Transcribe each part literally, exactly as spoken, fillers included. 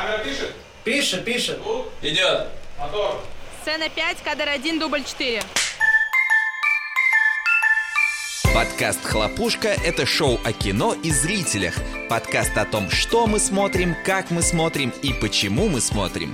Камера пишет? Пишет, пишет. Ну, идет. Мотор. Сцена пять, кадр один, дубль четыре. Подкаст «Хлопушка» — это шоу о кино и зрителях. Подкаст о том, что мы смотрим, как мы смотрим и почему мы смотрим.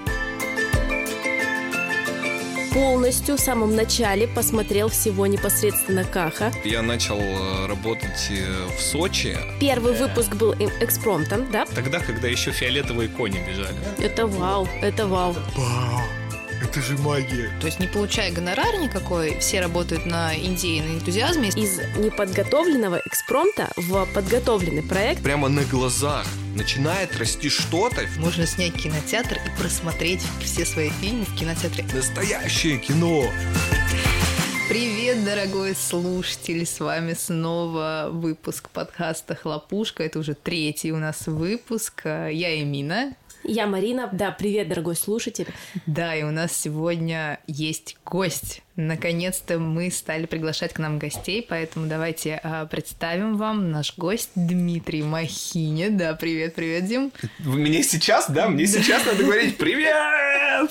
Полностью в самом начале посмотрел всего непосредственно Каха. Я начал работать в Сочи. Первый выпуск был экспромтом, да? Тогда, когда еще фиолетовые кони бежали. Это вау, это вау. Вау, это же магия. То есть не получая гонорар никакой, все работают на идее, на энтузиазме. Из неподготовленного экспромта в подготовленный проект. Прямо на глазах начинает расти что-то. Можно снять кинотеатр и просмотреть все свои фильмы в кинотеатре. Настоящее кино. Привет, дорогой слушатель, с вами снова выпуск подкаста «Хлопушка». Это уже третий у нас выпуск. Я Эмина. Я Марина. Да, привет, дорогой слушатель. Да, и у нас сегодня есть гость. Наконец-то мы стали приглашать к нам гостей, поэтому давайте а, представим вам наш гость Дмитрий Махиня. Да, привет, привет, Дим. Мне сейчас, да, мне сейчас надо говорить привет!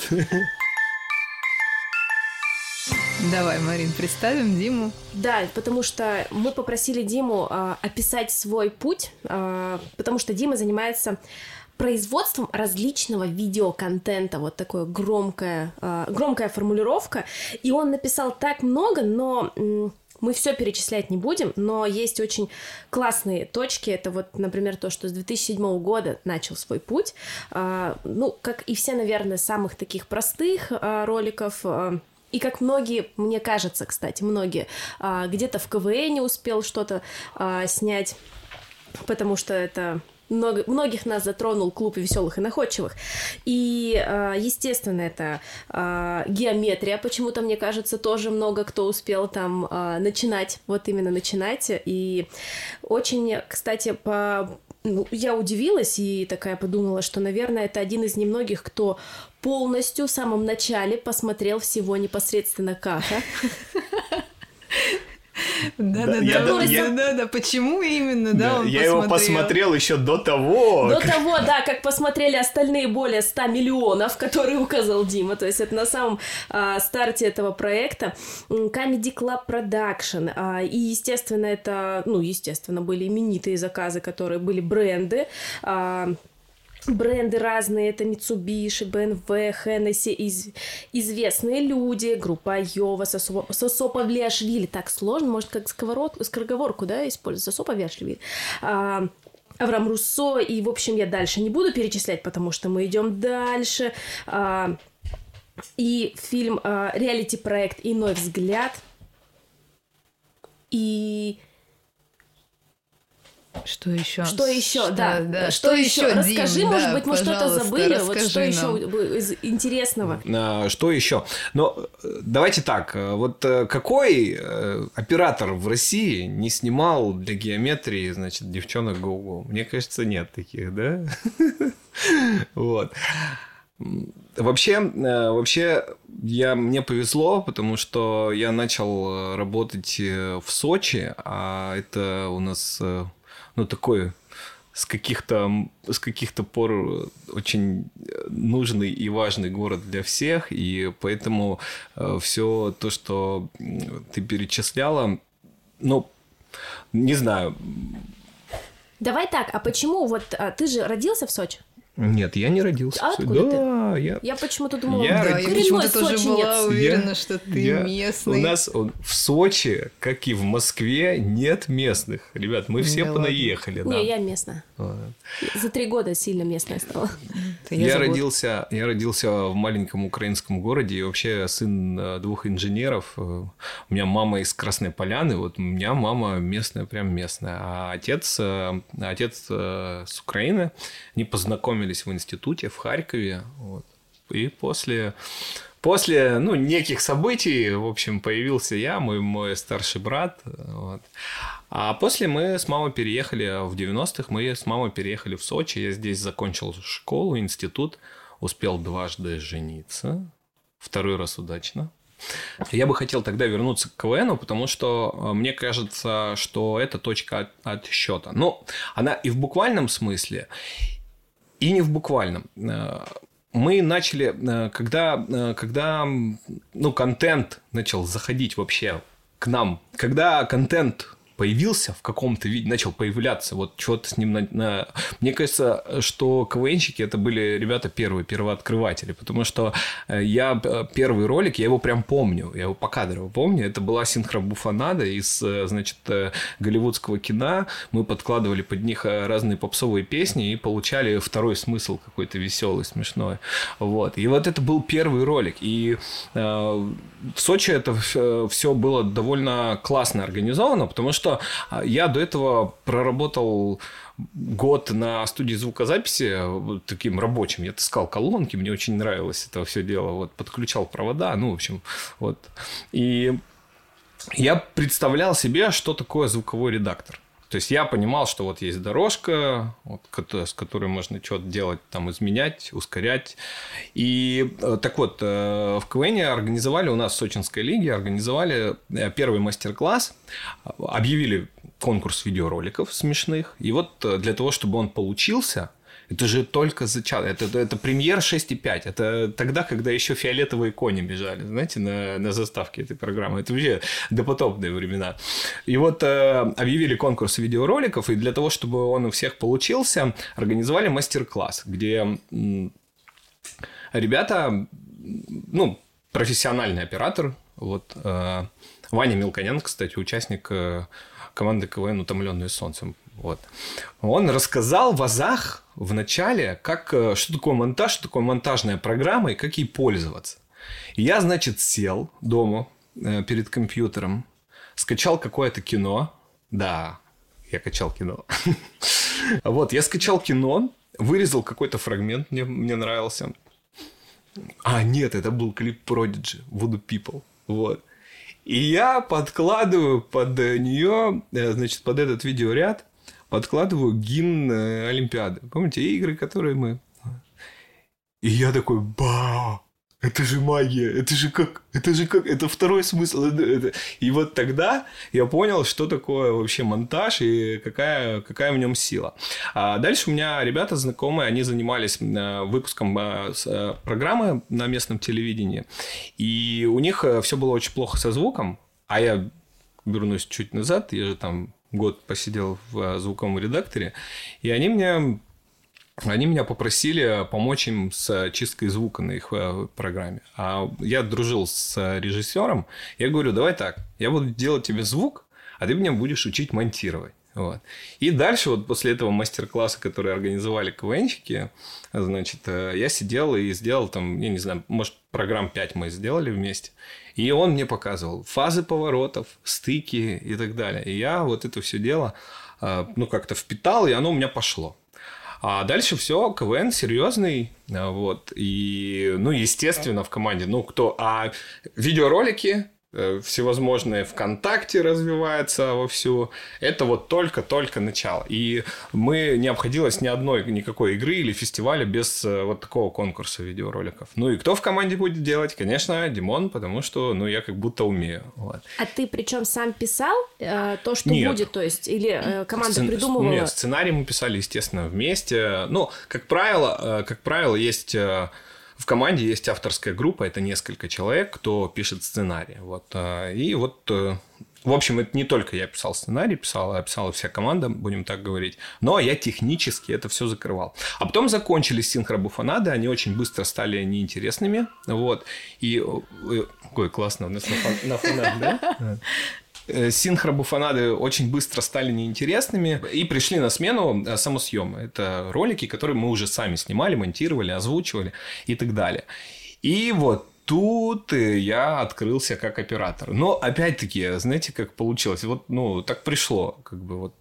Давай, Марин, представим Диму. Да, потому что мы попросили Диму а, описать свой путь, а, потому что Дима занимается производством различного видеоконтента. Вот такая громкая, э, громкая формулировка. И он написал так много, но м- мы все перечислять не будем, но есть очень классные точки. Это вот, например, то, что с две тысячи седьмого года начал свой путь. Э, ну, как и все, наверное, самых таких простых э, роликов. Э, И как многие, мне кажется, кстати, многие, э, где-то в КВН успел что-то э, снять, потому что это... Много, многих нас затронул клуб веселых и находчивых. И, естественно, это геометрия. Почему-то, мне кажется, тоже много кто успел там начинать, вот именно начинать. И очень, кстати, по... ну, я удивилась и такая подумала, что, наверное, это один из немногих, кто полностью в самом начале посмотрел всего непосредственно Каха. Да-да-да, почему именно, да, он Я его посмотрел еще до того. До того, да, как посмотрели остальные более ста миллионов, которые указал Дима, то есть это на самом а, старте этого проекта. Comedy Club Production, а, и, естественно, это, ну, естественно, были именитые заказы, которые были бренды, а, бренды разные, это Mitsubishi, бэ эм вэ, Hennessy, из, известные люди, группа Айова, Сосо, Сосо Павлиашвили. Так сложно, может, как сковородку, скороговорку, да, использовать, Сосо Павлиашвили. А, Авраам Руссо, и, в общем, я дальше не буду перечислять, потому что мы идем дальше. А, и фильм, а, реалити-проект «Иной взгляд». И... Что еще? Что еще, да. да. Что, что еще? Дим? Расскажи, да, может быть, мы что-то забыли. Вот что нам. еще из интересного? А, что еще? Но давайте так. Вот какой оператор в России не снимал для геометрии, значит, девчонок Го-Го? Мне кажется, нет таких, да? Вот. Вообще, вообще я, мне повезло, потому что я начал работать в Сочи, а это у нас... Ну, такой с каких-то, с каких-то пор очень нужный и важный город для всех. И поэтому все то, что ты перечисляла, ну, не знаю. Давай так, а почему вот а, ты же родился в Сочи? Нет, я не родился. А откуда да, ты? Я... я почему-то думала, я да, род... я почему-то тоже была уверена, я... что ты я... местный. У нас он... в Сочи, как и в Москве, нет местных. Ребят, мы все да понаехали. Да. Не, я местная. А. За три года сильно местная стала. Я, я, родился, я родился в маленьком украинском городе, и вообще сын двух инженеров. У меня мама из Красной Поляны, вот у меня мама местная, прям местная. А отец, отец с Украины, они познакомились в институте в Харькове. Вот. И после, после ну, неких событий, в общем, появился я, мой, мой старший брат. Вот. А после мы с мамой переехали, в девяностых мы с мамой переехали в Сочи. Я здесь закончил школу, институт, успел дважды жениться, второй раз удачно. Я бы хотел тогда вернуться к КВНу, потому что мне кажется, что это точка отсчета. Ну, она и в буквальном смысле, И не в буквальном. Мы начали, когда, когда ну, контент начал заходить вообще к нам, когда контент появился в каком-то виде, начал появляться, вот что-то с ним... На, на... Мне кажется, что КВНщики это были ребята первые, первооткрыватели, потому что я первый ролик, я его прям помню, я его покадрово помню, это была синхробуфонада из, значит, голливудского кино, мы подкладывали под них разные попсовые песни и получали второй смысл какой-то веселый, смешной, вот. И вот это был первый ролик, и э, в Сочи это все было довольно классно организовано, потому что я до этого проработал год на студии звукозаписи вот таким рабочим. Я таскал колонки, мне очень нравилось это все дело. Вот, подключал провода, ну, в общем, вот. И я представлял себе, что такое звуковой редактор. То есть я понимал, что вот есть дорожка, вот, с которой можно что-то делать, там, изменять, ускорять. И так вот, в КВНе организовали у нас в Сочинской лиге, организовали первый мастер-класс, объявили конкурс видеороликов смешных. И вот для того, чтобы он получился, это же только за час. Это, это, это премьер шесть и пять. Это тогда, когда еще фиолетовые кони бежали, знаете, на, на заставке этой программы. Это вообще допотопные времена. И вот э, объявили конкурс видеороликов, и для того, чтобы он у всех получился, организовали мастер-класс, где м, ребята, ну, профессиональный оператор, вот, э, Ваня Мелконян, кстати, участник э, команды КВН «Утомленные солнцем». Вот. Он рассказал в азах в начале, как, что такое монтаж, что такое монтажная программа и как ей пользоваться. И я, значит, сел дома э, перед компьютером, скачал какое-то кино. Да, я качал кино. Вот, я скачал кино, вырезал какой-то фрагмент, мне, мне нравился. А, нет, это был клип Prodigy, Voodoo People. Вот. И я подкладываю под нее, значит, под этот видеоряд, подкладываю гимн Олимпиады. Помните, игры, которые мы... И я такой, ба, это же магия, это же как, это же как, это второй смысл. И вот тогда я понял, что такое вообще монтаж и какая, какая в нем сила. А дальше у меня ребята знакомые, они занимались выпуском программы на местном телевидении. И у них все было очень плохо со звуком. А я вернусь чуть назад, я же там год посидел в звуковом редакторе. И они мне... Они меня попросили помочь им с чисткой звука на их программе. А я дружил с режиссером. Я говорю, давай так, я буду делать тебе звук, а ты меня будешь учить монтировать. Вот. И дальше, вот после этого мастер-класса, который организовали КВНщики, значит, я сидел и сделал там, я не знаю, может, программ пять мы сделали вместе. И он мне показывал фазы поворотов, стыки и так далее. И я вот это все дело, ну, как-то впитал, и оно у меня пошло. А дальше все, КВН серьезный, вот, и, ну, естественно, в команде, ну, кто, а видеоролики всевозможные ВКонтакте развиваются вовсю, это вот только-только начало, и мы не обходилось ни одной, никакой игры или фестиваля без вот такого конкурса видеороликов. Ну, и кто в команде будет делать? Конечно, Димон, потому что, ну, я как будто умею. Вот. А ты причем сам писал э, то, что Нет. будет, то есть, или э, команда Сцен... придумывала? Нет, сценарий мы писали, естественно, вместе. Ну, как правило, как правило, есть... В команде есть авторская группа, это несколько человек, кто пишет сценарий. Вот. И вот, в общем, это не только я писал сценарий, писала, писала вся команда, будем так говорить, но я технически это все закрывал. А потом закончились синхробуфонады, они очень быстро стали неинтересными. Вот. И... Ой, классно, у нас на фонах, да? Синхробуфонады очень быстро стали неинтересными и пришли на смену самосъемы. Это ролики, которые мы уже сами снимали, монтировали, озвучивали и так далее. И вот тут я открылся как оператор. Но опять-таки, знаете, как получилось? Вот, ну, так пришло, как бы вот.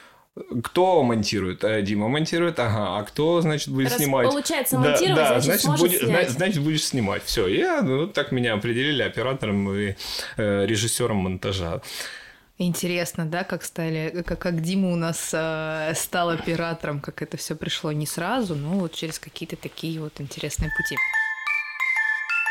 Кто монтирует? Дима монтирует, ага. А кто, значит, будет Раз снимать? Получается монтировать, да, да, значит, значит, будет, снять. значит, будешь снимать. Все, я, ну, так меня определили оператором и э, режиссером монтажа. Интересно, да, как стали, как, как Дима у нас э, стал оператором, как это все пришло не сразу, но вот через какие-то такие вот интересные пути.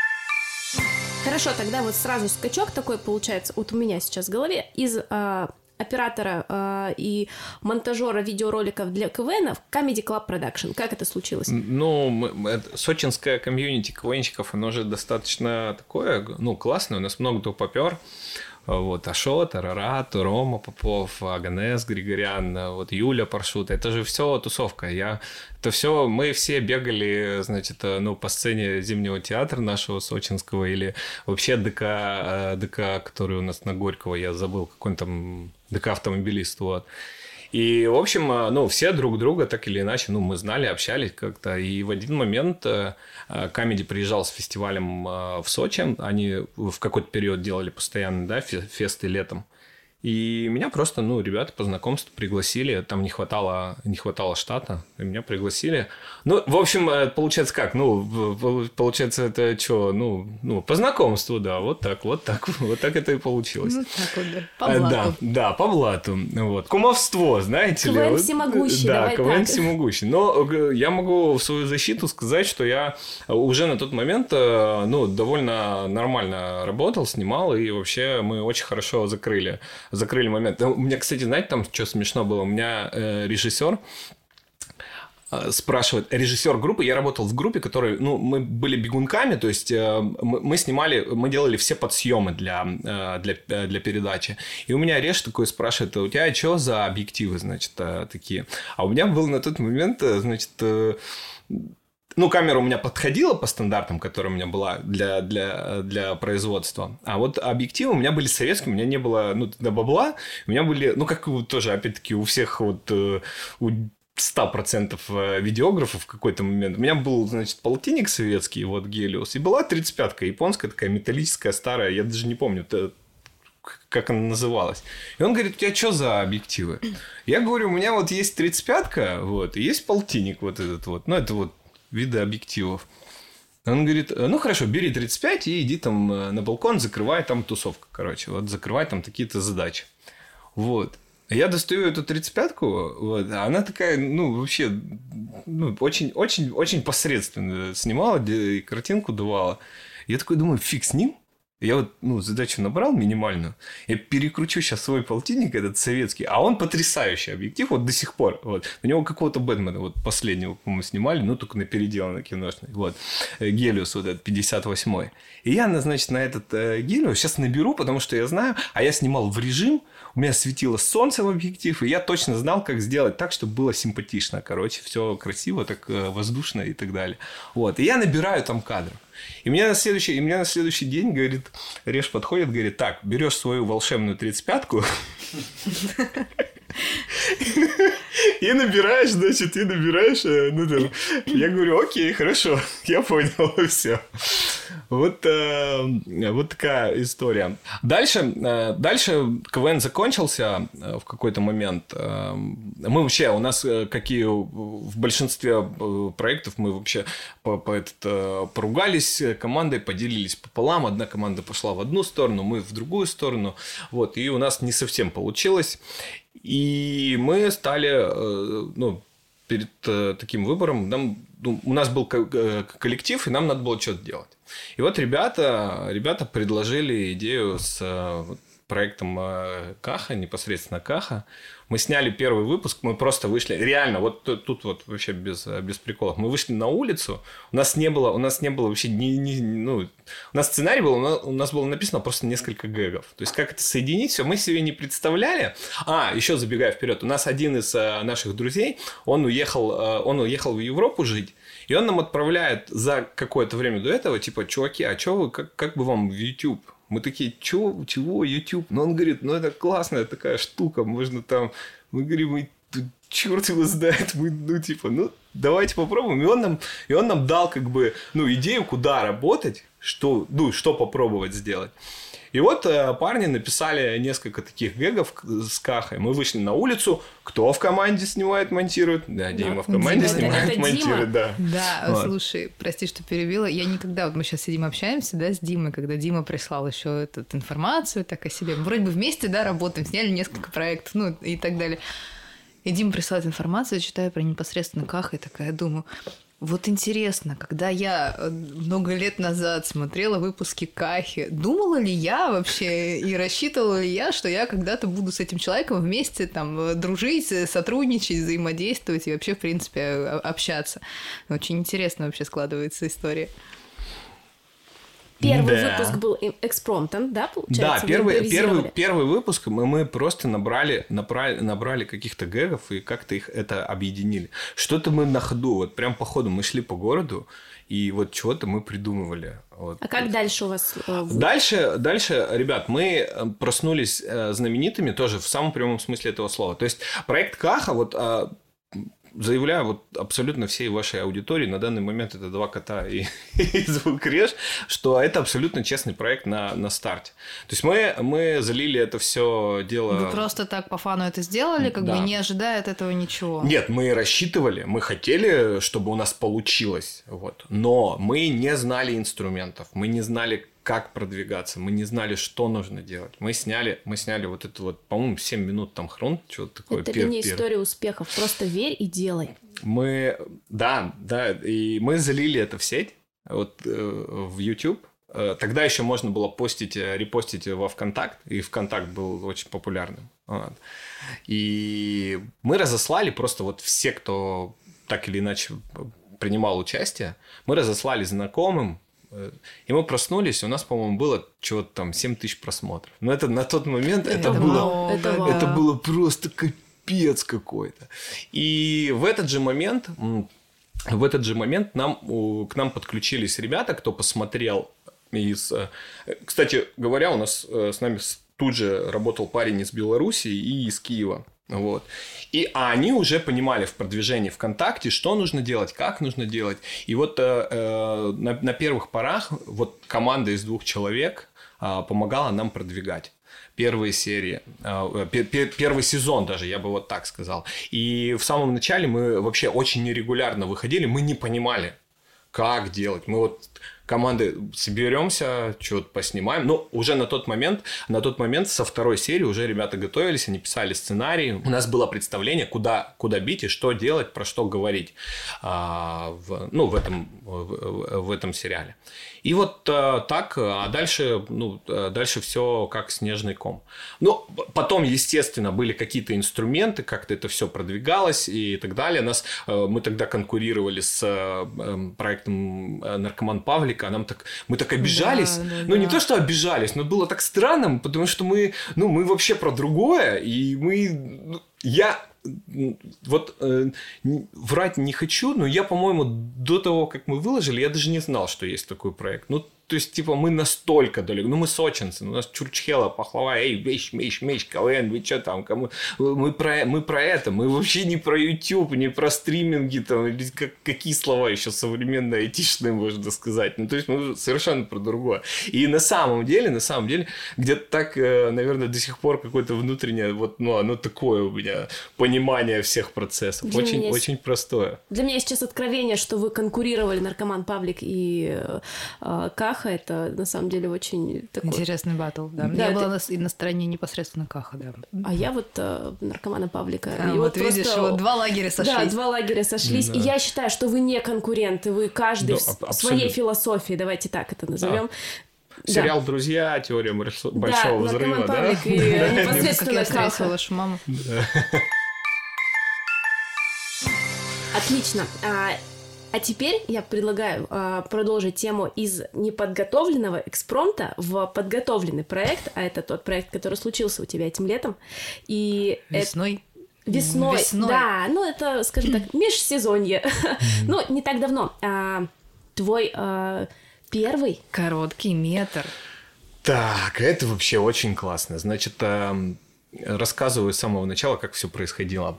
Хорошо, тогда вот сразу скачок такой получается, вот у меня сейчас в голове, из... А... оператора э, и монтажера видеороликов для КВН в Comedy Club Production. Как это случилось? Ну, мы, это, сочинское комьюнити КВНщиков, оно же достаточно такое, ну, классное. У нас много кто попер. Вот, Ашот, Арарат, Рома Попов, Аганес Григорян, вот Юля Паршут. Это же все тусовка. Я... Это все мы все бегали, значит, ну, по сцене Зимнего театра нашего сочинского или вообще ДК, ДК, который у нас на Горького, я забыл, какой он там ДК-автомобилист, вот. И, в общем, ну, все друг друга так или иначе, ну, мы знали, общались как-то. И в один момент Comedy приезжал с фестивалем в Сочи. Они в какой-то период делали постоянно, да, фесты летом. И меня просто, ну, ребята по знакомству пригласили. Там не хватало, не хватало штата. И меня пригласили. Ну, в общем, получается как? Ну, получается, это что? Ну, ну, по знакомству, да. Вот так, вот так. Вот так это и получилось. Ну, так вот, да. По блату. Да, да, по блату. Вот. Кумовство, знаете ли. КВН всемогущий, да, давай КВН так. всемогущий. Но я могу в свою защиту сказать, что я уже на тот момент, ну, довольно нормально работал, снимал. И вообще мы очень хорошо закрыли закрыли момент. У меня, кстати, знаете, там что смешно было? У меня э, режиссер э, спрашивает, режиссер группы, я работал в группе, которой, ну, мы были бегунками, то есть э, мы, мы снимали, мы делали все подсъемы для, э, для, для передачи. И у меня Реш такой спрашивает, у тебя что за объективы, значит, э, такие? А у меня был на тот момент, значит, э, ну, камера у меня подходила по стандартам, которая у меня была для, для, для производства. А вот объективы у меня были советские, у меня не было, ну, тогда бабла. У меня были, ну, как тоже, опять-таки, у всех вот... У сто процентов видеографов в какой-то момент. У меня был, значит, полтинник советский, вот, Гелиос. И была тридцать пятка японская, такая металлическая, старая. Я даже не помню, как она называлась. И он говорит, у тебя что за объективы? Я говорю, у меня вот есть тридцать пятка, вот, и есть полтинник вот этот вот. Ну, это вот виды объективов. Он говорит, ну хорошо, бери тридцать пять и иди там на балкон, закрывай там тусовка, короче, вот закрывай там какие-то задачи. Вот. Я достаю эту тридцать пятку, вот, а она такая, ну, вообще, ну, очень, очень, очень посредственно снимала, и картинку давала. Я такой думаю, фиг с ним. Я вот, ну, задачу набрал минимальную, я перекручу сейчас свой полтинник, этот советский, а он потрясающий объектив, вот до сих пор, вот. У него какого-то Бэтмена, вот последнего, по-моему, снимали, ну, только на переделанный киношный, вот, Гелиос, вот этот пятьдесят восьмой. И я, значит, на этот э, Гелиос сейчас наберу, потому что я знаю, а я снимал в режим, у меня светило солнце в объектив, и я точно знал, как сделать так, чтобы было симпатично, короче, все красиво, так э, воздушно и так далее. Вот, и я набираю там кадры. И мне на следующий, и мне на следующий день, говорит, Реш подходит, говорит, так, берешь свою волшебную тридцать пятку и набираешь, значит, и набираешь, ну, там, я говорю, окей, хорошо, я понял, все. Вот, э, вот такая история. Дальше, э, дальше КВН закончился в какой-то момент. Э, мы вообще, у нас, какие в большинстве проектов, мы вообще по, по этот, э, поругались командой, поделились пополам. Одна команда пошла в одну сторону, мы в другую сторону. Вот, и у нас не совсем получилось. И мы стали, э, ну, перед э, таким выбором, нам, ну, у нас был коллектив, и нам надо было что-то делать. И вот ребята, ребята предложили идею с вот, проектом Каха, непосредственно Каха. Мы сняли первый выпуск, мы просто вышли, реально, вот тут, тут вот вообще без, без приколов, мы вышли на улицу, у нас не было, у нас не было вообще, ни, ни, ну, у нас сценарий был, у нас было написано просто несколько гэгов. То есть, как это соединить, все, мы себе не представляли. А, еще забегая вперед, у нас один из наших друзей, он уехал, он уехал в Европу жить, и он нам отправляет за какое-то время до этого, типа, чуваки, а что вы, как, как бы вам в YouTube? Мы такие, чего, чего, YouTube? Но он говорит, ну, это классная такая штука, можно там... Мы говорим, черт его знает, мы, ну, типа, ну, давайте попробуем. И он нам, и он нам дал, как бы, ну, идею, куда работать, что, ну, что попробовать сделать. И вот э, парни написали несколько таких гэгов с Кахой. Мы вышли на улицу. Кто в команде снимает, монтирует? Да, Дима да. в команде Дима, снимает, это монтирует, Дима. да. Да, вот. Слушай, прости, что перебила. Я никогда, вот мы сейчас сидим общаемся, да, с Димой, когда Дима прислал еще эту информацию так о себе. Мы вроде бы вместе, да, работаем, сняли несколько проектов, ну и так далее. И Дима присылает информацию, читаю про непосредственно Каха, и такая думаю, Вот интересно, когда я много лет назад смотрела выпуски Кахи, думала ли я вообще и рассчитывала ли я, что я когда-то буду с этим человеком вместе там дружить, сотрудничать, взаимодействовать и вообще, в принципе, общаться. Очень интересно вообще складывается история. Первый Да. выпуск был экспромтом, да, получается? Да, Вы первый, импровизировали? первый, первый выпуск мы, мы просто набрали, набрали, набрали каких-то гэгов и как-то их это объединили. Что-то мы на ходу, вот прям по ходу мы шли по городу, и вот чего-то мы придумывали. Вот. А как дальше у вас? э, в- Дальше, дальше, ребят, мы проснулись э, знаменитыми тоже в самом прямом смысле этого слова. То есть проект Каха, вот а, заявляю вот абсолютно всей вашей аудитории, на данный момент это два кота и, и звукореж, что это абсолютно честный проект на, на старте. То есть мы, мы залили это все дело... Вы просто так по фану это сделали, как Да. бы не ожидая от этого ничего. Нет, мы рассчитывали, мы хотели, чтобы у нас получилось, вот. Но мы не знали инструментов, мы не знали, как продвигаться, мы не знали, что нужно делать. Мы сняли, мы сняли вот это вот, по-моему, семь минут там хрон, что-то такое. Это пер- ли не пер- история успехов? Просто верь и делай. Мы, да, да, и мы залили это в сеть, вот э, в YouTube. Э, Тогда еще можно было постить, э, репостить во ВКонтакт, и ВКонтакт был очень популярным. Вот. И мы разослали просто вот все, кто так или иначе принимал участие, мы разослали знакомым, э, и мы проснулись, у нас, по-моему, было чего-то там семь тысяч просмотров. Но это на тот момент это, Это было... много, это да. вау. Это было просто капец какой-то. И в этот же момент, м, в этот же момент нам, у- к нам подключились ребята, кто посмотрел из... э, Кстати говоря, у нас э, с нами с- тут же работал парень из Беларуси и из Киева. Вот. И а они уже понимали в продвижении ВКонтакте, что нужно делать, как нужно делать. И вот э, э, на, на первых порах вот команда из двух человек э, помогала нам продвигать первые серии, э, пе- пе- первый сезон даже, я бы вот так сказал. И в самом начале мы вообще очень нерегулярно выходили, мы не понимали, как делать. Мы вот команды соберемся, что-то поснимаем. Но уже на тот момент, на тот момент со второй серии уже ребята готовились, они писали сценарий. У нас было представление, куда, куда бить и что делать, про что говорить а, в, ну, в, этом, в, в этом сериале. И вот а, так, а дальше, ну, дальше все как снежный ком. Ну, потом, естественно, были какие-то инструменты, как-то это все продвигалось и так далее. Нас, мы тогда конкурировали с проектом «Наркоман Павлика», а нам так, мы так обижались. Да, да, ну, не да. то, что обижались, но было так странно, потому что мы, ну, мы вообще про другое, и мы... ну, я... Вот э, врать не хочу, но я, по-моему, до того, как мы выложили, я даже не знал, что есть такой проект. Ну, то есть, типа, мы настолько далеко. Ну, мы сочинцы, у нас Чурчхела, Пахлава, эй, меч, меч, меч, КВН, вы что там, кому... Мы про, мы про это, мы вообще не про YouTube, не про стриминги, там, или как, какие слова еще современные, айтишные, можно сказать. Ну, то есть, мы совершенно про другое. И на самом деле, на самом деле, где-то так, наверное, до сих пор какое-то внутреннее, вот, ну, оно такое у меня понимание всех процессов. Для Очень, меня очень простое. Для меня сейчас откровение, что вы конкурировали «Наркоман Павлик» и э, Каха. Это на самом деле очень такой... Интересный батл, да. Да, Я это- была на, и на стороне непосредственно Каха, да. А я вот э, «Наркомана Павлика». А, И вот видишь, просто- вот два лагеря сошлись. Да, два лагеря сошлись. И я считаю, что вы не конкуренты, вы каждый Да, в с- аб- своей абсолютно. философии, давайте так это назовем. Да. Сериал «Друзья», «Теория большого большого Да, взрыва», «Наркоман да? Павлик» и Как непосредственно я встретила Каха. вашу маму. Отлично. А, а теперь я предлагаю а, продолжить тему из неподготовленного экспромта в подготовленный проект, а это тот проект, который случился у тебя этим летом. И это- Весной. Весной, Весной. да, ну это, скажем так, межсезонье. Ну, не так давно. А, твой а, первый... Короткий метр. Так, это вообще очень классно. Значит, эм, рассказываю с самого начала, как все происходило.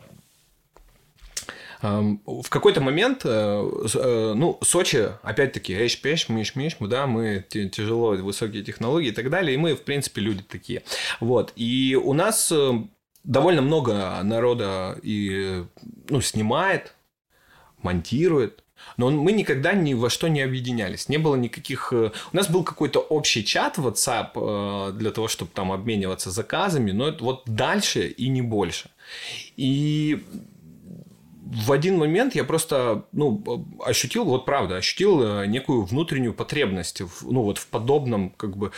Эм, В какой-то момент, э, с- э, ну, Сочи, опять-таки, эш-пеш, миш-миш, да, мы т- тяжело, высокие технологии и так далее, и мы, в принципе, люди такие. Вот, и у нас э, довольно много народа и, ну, снимает, монтирует, но мы никогда ни во что не объединялись. Не было никаких... э, У нас был какой-то общий чат в WhatsApp э, для того, чтобы там обмениваться заказами, но это вот дальше и не больше. И в один момент я просто, ну, ощутил, вот правда, ощутил некую внутреннюю потребность, в, ну, вот в подобном, как бы,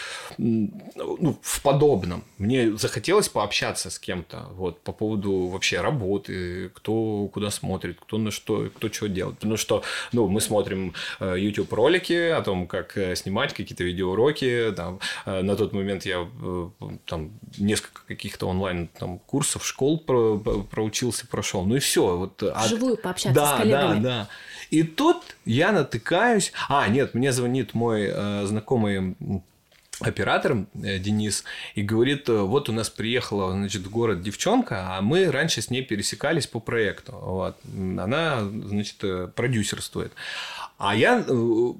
ну, в подобном. Мне захотелось пообщаться с кем-то, вот, по поводу вообще работы, кто куда смотрит, кто на что, кто что делает. Потому что, ну, мы смотрим YouTube-ролики о том, как снимать какие-то видеоуроки, там, на тот момент я там несколько каких-то онлайн там, курсов, школ про, проучился, прошел, ну и все. Вот, вживую пообщаться да, с коллегами. Да, да. И тут я натыкаюсь... А, нет, мне звонит мой э, знакомый оператор э, Денис и говорит, вот у нас приехала, значит, в город девчонка, а мы раньше с ней пересекались по проекту. Вот. Она, значит, продюсерствует. А я... Э,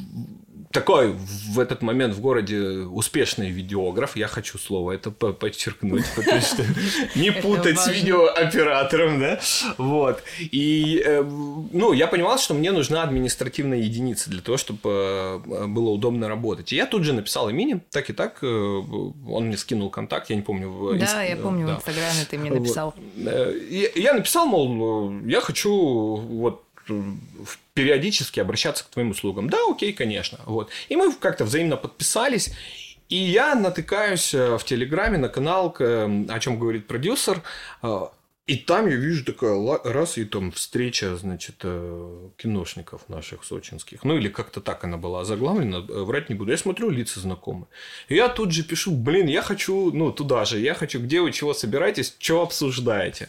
такой в этот момент в городе успешный видеограф, я хочу слово это подчеркнуть, потому что не путать с видеооператором, да, вот, и, ну, я понимал, что мне нужна административная единица для того, чтобы было удобно работать, и я тут же написал Эмине, так и так, он мне скинул контакт, я не помню. Да, я помню, в Инстаграме ты мне написал. Я написал, мол, я хочу вот периодически обращаться к твоим услугам. Да, окей, конечно. Вот. И мы как-то взаимно подписались. И я натыкаюсь в Телеграме на канал, о чем говорит продюсер. И там я вижу такая раз, и там встреча, значит, киношников наших сочинских. Ну, или как-то так она была озаглавлена, врать не буду. Я смотрю, лица знакомые. И я тут же пишу, блин, я хочу, ну, туда же, я хочу, где вы, чего собираетесь, что обсуждаете.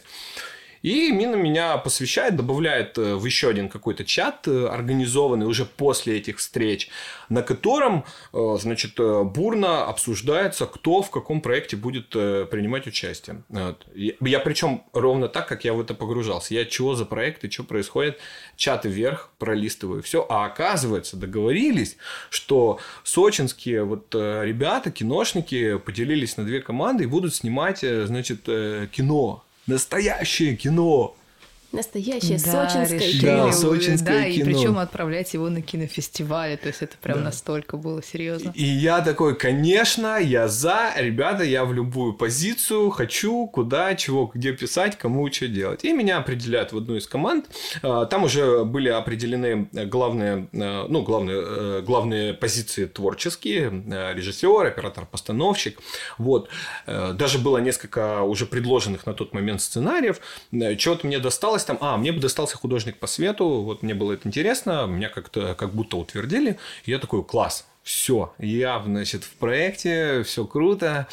И Мина меня посвящает, добавляет в еще один какой-то чат, организованный уже после этих встреч, на котором, значит, бурно обсуждается, кто в каком проекте будет принимать участие. Я причем ровно так, как я в это погружался. Я чего за проекты, что происходит, чаты вверх, пролистываю, все. А оказывается, договорились, что сочинские вот ребята, киношники, поделились на две команды и будут снимать, значит, кино. Настоящее кино. Настоящее да, сочинское решили, кино. Да, сочинское да, кино. И причем отправлять его на кинофестивале. То есть это прям да. настолько было серьезно. И я такой, конечно, я за, ребята, я в любую позицию хочу, куда, чего, где писать, кому что делать. И меня определяют в одну из команд. Там уже были определены главные, ну, главные, главные позиции творческие. Режиссер, оператор-постановщик. Вот. Даже было несколько уже предложенных на тот момент сценариев. Чего-то мне досталось там, а, мне бы достался художник по свету, вот мне было это интересно, меня как-то как будто утвердили, и я такой, класс, все, я, значит, в проекте, все круто,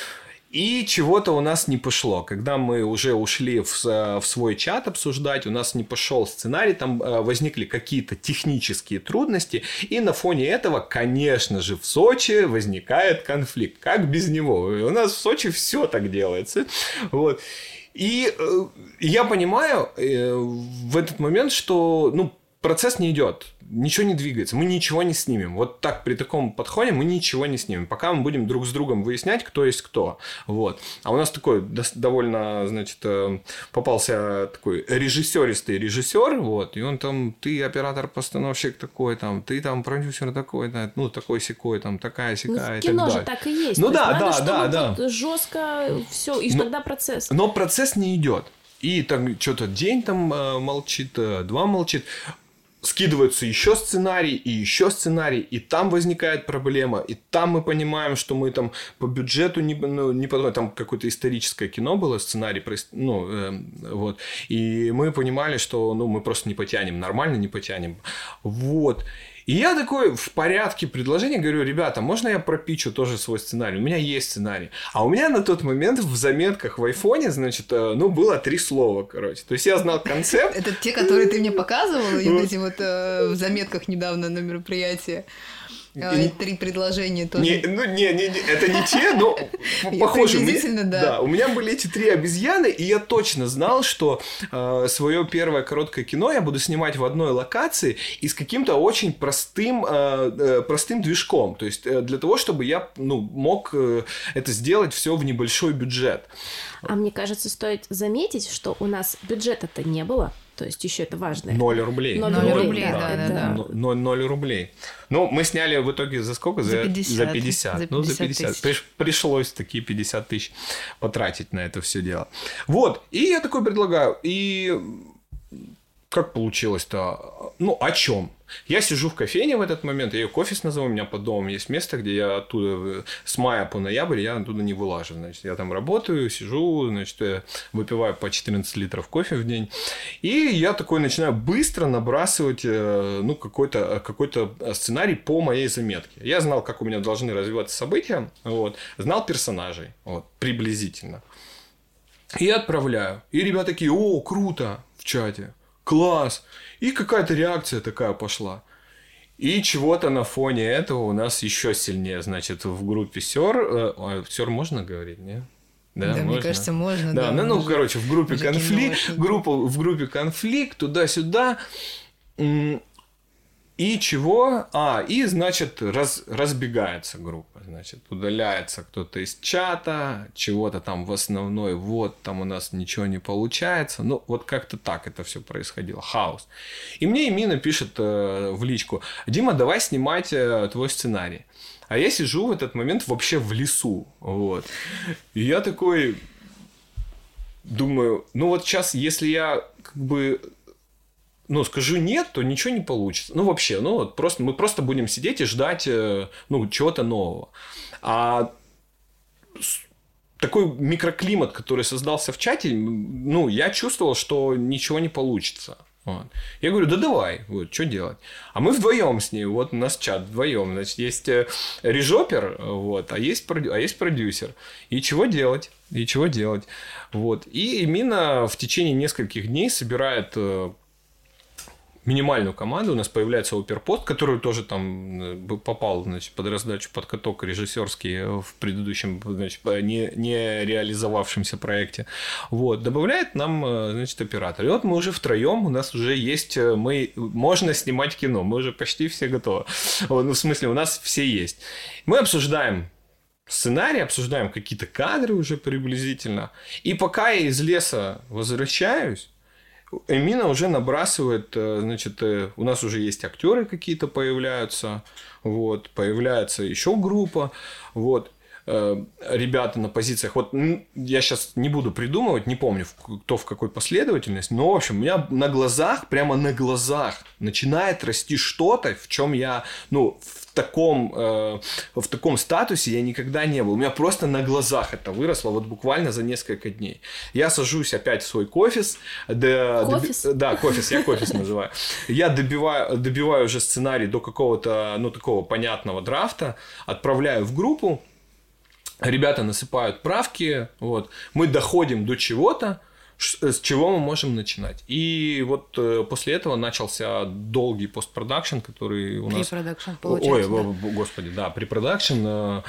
и чего-то у нас не пошло, когда мы уже ушли в, в свой чат обсуждать, у нас не пошел сценарий, там возникли какие-то технические трудности, и на фоне этого, конечно же, в Сочи возникает конфликт, как без него, у нас в Сочи все так делается, вот. И э, я понимаю э, в этот момент, что ну, процесс не идет, ничего не двигается, мы ничего не снимем. Вот так при таком подходе мы ничего не снимем, пока мы будем друг с другом выяснять, кто есть кто. Вот. А у нас такой довольно, значит, попался такой режиссеристый режиссер, вот, и он там, ты оператор-постановщик такой, там, ты там продюсер такой, ну, такой-сякой, там, такая-сякая, ну, и так далее. Кино же так и есть. Ну да, надо, да, да, да. Жестко все, и но, тогда процесс. Но процесс не идет. И там что-то день там э, молчит, э, два молчит. Скидываются еще сценарий, и еще сценарий, и там возникает проблема, и там мы понимаем, что мы там по бюджету не, ну, не подходим. Там какое-то историческое кино было, сценарий, ну, э, вот. И мы понимали, что ну, мы просто не потянем, нормально не потянем. Вот. И я такой в порядке предложения говорю, ребята, можно я пропичу тоже свой сценарий? У меня есть сценарий. А у меня на тот момент в заметках в айфоне, значит, ну, было три слова, короче. То есть, я знал концепт. Это те, которые ты мне показывал, эти вот в заметках недавно на мероприятии. И три предложения тоже. Не, ну, не, не, не, это не те, но похоже. Приблизительно, да. Да, у меня были эти три обезьяны, и я точно знал, что э, свое первое короткое кино я буду снимать в одной локации и с каким-то очень простым, э, простым движком. То есть, э, для того, чтобы я ну, мог э, это сделать все в небольшой бюджет. А мне кажется, стоит заметить, что у нас бюджета-то не было. То есть, еще это важно. Ноль рублей. Ноль рублей, рублей, да, да, да, да. да. Ноль, ноль рублей. Ну, мы сняли в итоге за сколько? За, за пятьдесят. За пятьдесят. За Ну, за пятьдесят. Приш, пришлось такие пятьдесят тысяч потратить на это все дело. Вот. И я такой предлагаю. И как получилось-то? Ну, о чем? Я сижу в кофейне в этот момент, я ее офис называю, у меня под домом есть место, где я оттуда с мая по ноябрь я оттуда не вылажу. Значит, я там работаю, сижу, значит, выпиваю по четырнадцать литров кофе в день. И я такой начинаю быстро набрасывать ну, какой-то, какой-то сценарий по моей заметке. Я знал, как у меня должны развиваться события, вот, знал персонажей, вот, приблизительно. И отправляю. И ребята такие: о, круто, в чате. Класс! И какая-то реакция такая пошла. И чего-то на фоне этого у нас еще сильнее, значит, в группе СёР... Э, СёР можно говорить, нет? Да, да можно? Мне кажется, можно. Да, да, ну, ну, короче, в группе конфликт, группа, в группе конфликт, туда-сюда. И чего? А, и, значит, раз, разбегается группа. Значит, удаляется кто-то из чата, чего-то там в основной, вот, там у нас ничего не получается. Ну, вот как-то так это все происходило. Хаос. И мне Эмина пишет э, в личку: Дима, давай снимать э, твой сценарий. А я сижу в этот момент вообще в лесу. Вот. И я такой думаю, ну вот сейчас, если я как бы... ну, скажу нет, то ничего не получится. Ну, вообще, ну, вот просто, мы просто будем сидеть и ждать, ну, чего-то нового. А такой микроклимат, который создался в чате, ну, я чувствовал, что ничего не получится. Вот. Я говорю: да давай, вот, что делать? А мы вдвоем с ней, вот у нас чат вдвоем, значит, есть режопер, вот, а есть, продю... а есть продюсер. И чего делать? И чего делать? Вот. И Эмина в течение нескольких дней собирает минимальную команду, у нас появляется оперпост, который тоже там попал, значит, под раздачу, под каток режиссерский в предыдущем, значит, не, не реализовавшемся проекте. Вот, добавляет нам, значит, оператор. И вот мы уже втроем, у нас уже есть, мы, можно снимать кино, мы уже почти все готовы. Вот, ну, в смысле, у нас все есть. Мы обсуждаем сценарий, обсуждаем какие-то кадры уже приблизительно. И пока я из леса возвращаюсь, Эмина уже набрасывает, значит, у нас уже есть актеры какие-то появляются, вот, появляется еще группа, вот, ребята на позициях. Вот я сейчас не буду придумывать, не помню, кто в какой последовательности, но, в общем, у меня на глазах, прямо на глазах начинает расти что-то, в чем я, ну, в таком, э, в таком статусе я никогда не был. У меня просто на глазах это выросло, вот буквально за несколько дней. Я сажусь опять в свой кофис. До, кофис? Доби... Да, кофис, я кофис называю. Я добиваю, добиваю уже сценарий до какого-то, ну, такого понятного драфта, отправляю в группу. Ребята насыпают правки, вот, мы доходим до чего-то, с чего мы можем начинать. И вот э, после этого начался долгий постпродакшн, который у нас... Препродакшн, получается. Ой, да? Господи, да, препродакшн э,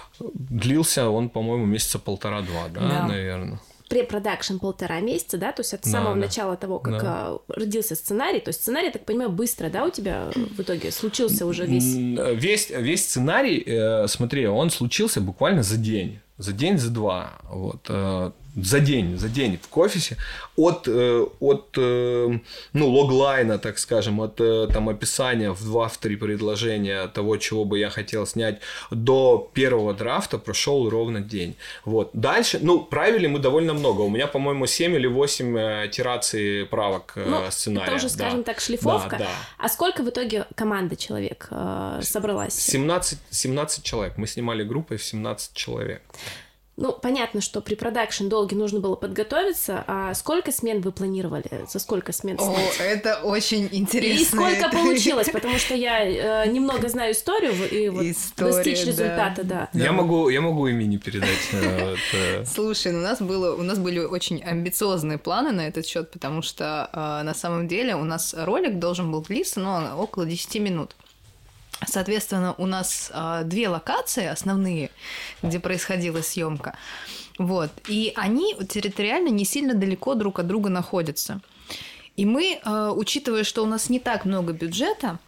длился он, по-моему, месяца полтора-два, да, да, наверное. Препродакшн полтора месяца, да, то есть от да, самого да. начала того, как да. родился сценарий, то есть сценарий, я так понимаю, быстро, да, у тебя в итоге случился уже весь... Весь, весь сценарий, э, смотри, он случился буквально за день, за день, за два, вот, э, за день, за день в офисе от, от ну, логлайна, так скажем, от там, описания в два-три предложения того, чего бы я хотел снять, до первого драфта прошел ровно день. Вот. Дальше, ну, правили мы довольно много. У меня, по-моему, семь или восемь итераций правок ну, сценария. Это уже, скажем да. так, шлифовка. Да, да. А сколько в итоге команда человек э, собралась? семнадцать, семнадцать человек. Мы снимали группой в семнадцать человек. Ну, понятно, что при продакшн долгий нужно было подготовиться. А сколько смен вы планировали? За сколько смен снять? О, это очень интересно. И сколько это... получилось? Потому что я э, немного знаю историю, и вот История, достичь результата, да. да. Я, могу, я могу Эмине передать. Слушай, у нас было, у нас были очень амбициозные планы на этот счет, потому что на самом деле у нас ролик должен был длиться, ну, около десять минут. Соответственно, у нас э, две локации основные, где происходила съемка. Вот. И они территориально не сильно далеко друг от друга находятся. И мы, э, учитывая, что у нас не так много бюджета,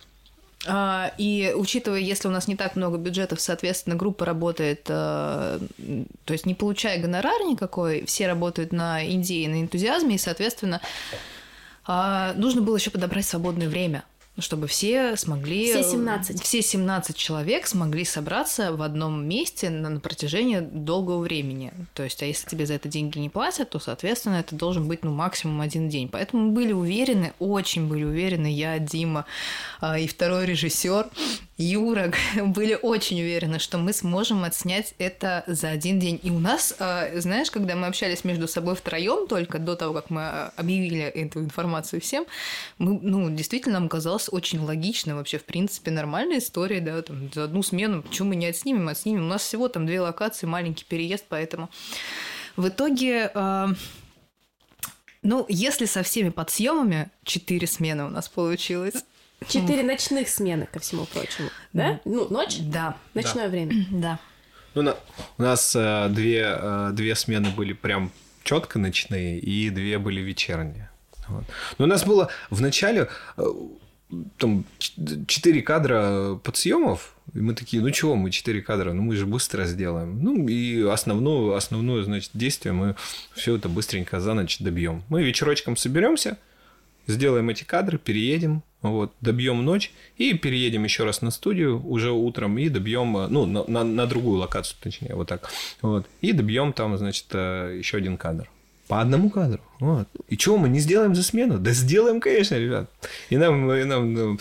э, и учитывая, если у нас не так много бюджетов, соответственно, группа работает, э, то есть не получая гонорар никакой, все работают на идее, на энтузиазме, и, соответственно, э, нужно было еще подобрать свободное время. чтобы все смогли... Все семнадцать. Все семнадцать человек смогли собраться в одном месте на, на протяжении долгого времени. То есть, а если тебе за это деньги не платят, то, соответственно, это должен быть, ну, максимум один день. Поэтому мы были уверены, очень были уверены, я, Дима и второй режиссер Юра были очень уверены, что мы сможем отснять это за один день. И у нас, знаешь, когда мы общались между собой втроем только до того, как мы объявили эту информацию всем, мы, ну, действительно, нам казалось очень логично, вообще, в принципе, нормальная история, да, там, за одну смену, почему мы не отснимем, отснимем. У нас всего там две локации, маленький переезд, поэтому в итоге... Ну, если со всеми подсъемами, четыре смены у нас получилось. Четыре ночных смены, ко всему прочему. Да? Ну, ночь? Да. Ночное да. время. Да. Ну, на, у нас э, две, э, две смены были прям четко ночные, и две были вечерние. Вот. Но у нас было в начале э, там четыре кадра подсъемов. И мы такие, ну чего, мы четыре кадра, ну мы же быстро сделаем. Ну и основную, основное, значит, действие мы все это быстренько за ночь добьем. Мы вечерочком соберемся, сделаем эти кадры, переедем, вот, добьем ночь и переедем еще раз на студию уже утром и добьем, ну, на, на, на другую локацию, точнее, вот так. Вот, и добьем там, значит, еще один кадр. По одному кадру. Вот. И чего мы не сделаем за смену? Да сделаем, конечно, ребят. И нам, и нам э,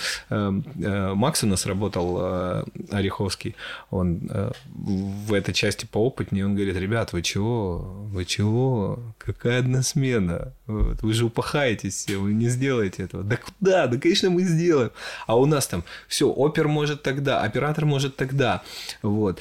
э, Макс у нас работал, э, Ореховский, он э, в этой части поопытнее, он говорит, ребят, вы чего? Вы чего? Какая одна смена? Вот. Вы же упахаетесь все, вы не сделаете этого. Да куда? Да, конечно, мы сделаем. А у нас там все, опер может тогда, оператор может тогда, вот.